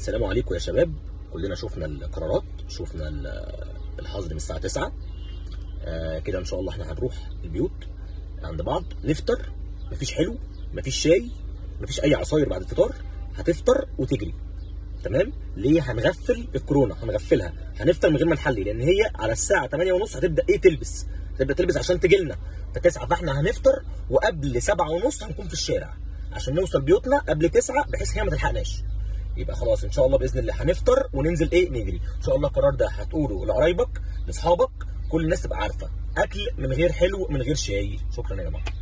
السلام عليكم يا شباب. كلنا شفنا القرارات، شفنا الحظر من الساعه 9 كده. ان شاء الله احنا هنروح البيوت عند بعض نفطر. مفيش حلو، مفيش شاي، مفيش اي عصاير بعد الفطار. هتفطر وتجري. تمام؟ ليه؟ هنغفل الكورونا، هنغفلها. هنفطر من غير ما نحلي، لان هي على الساعه 8:30 هتبدا تلبس عشان تجي لنا في 9. فاحنا هنفطر وقبل 7:30 هنكون في الشارع عشان نوصل بيوتنا قبل 9، بحيث هي ما تلحقناش. يبقى خلاص ان شاء الله باذن الله هنفطر وننزل نجري. ان شاء الله القرار ده هتقوله لقرايبك لاصحابك، كل الناس تبقى عارفه. اكل من غير حلو، من غير شاي. شكرا يا جماعه.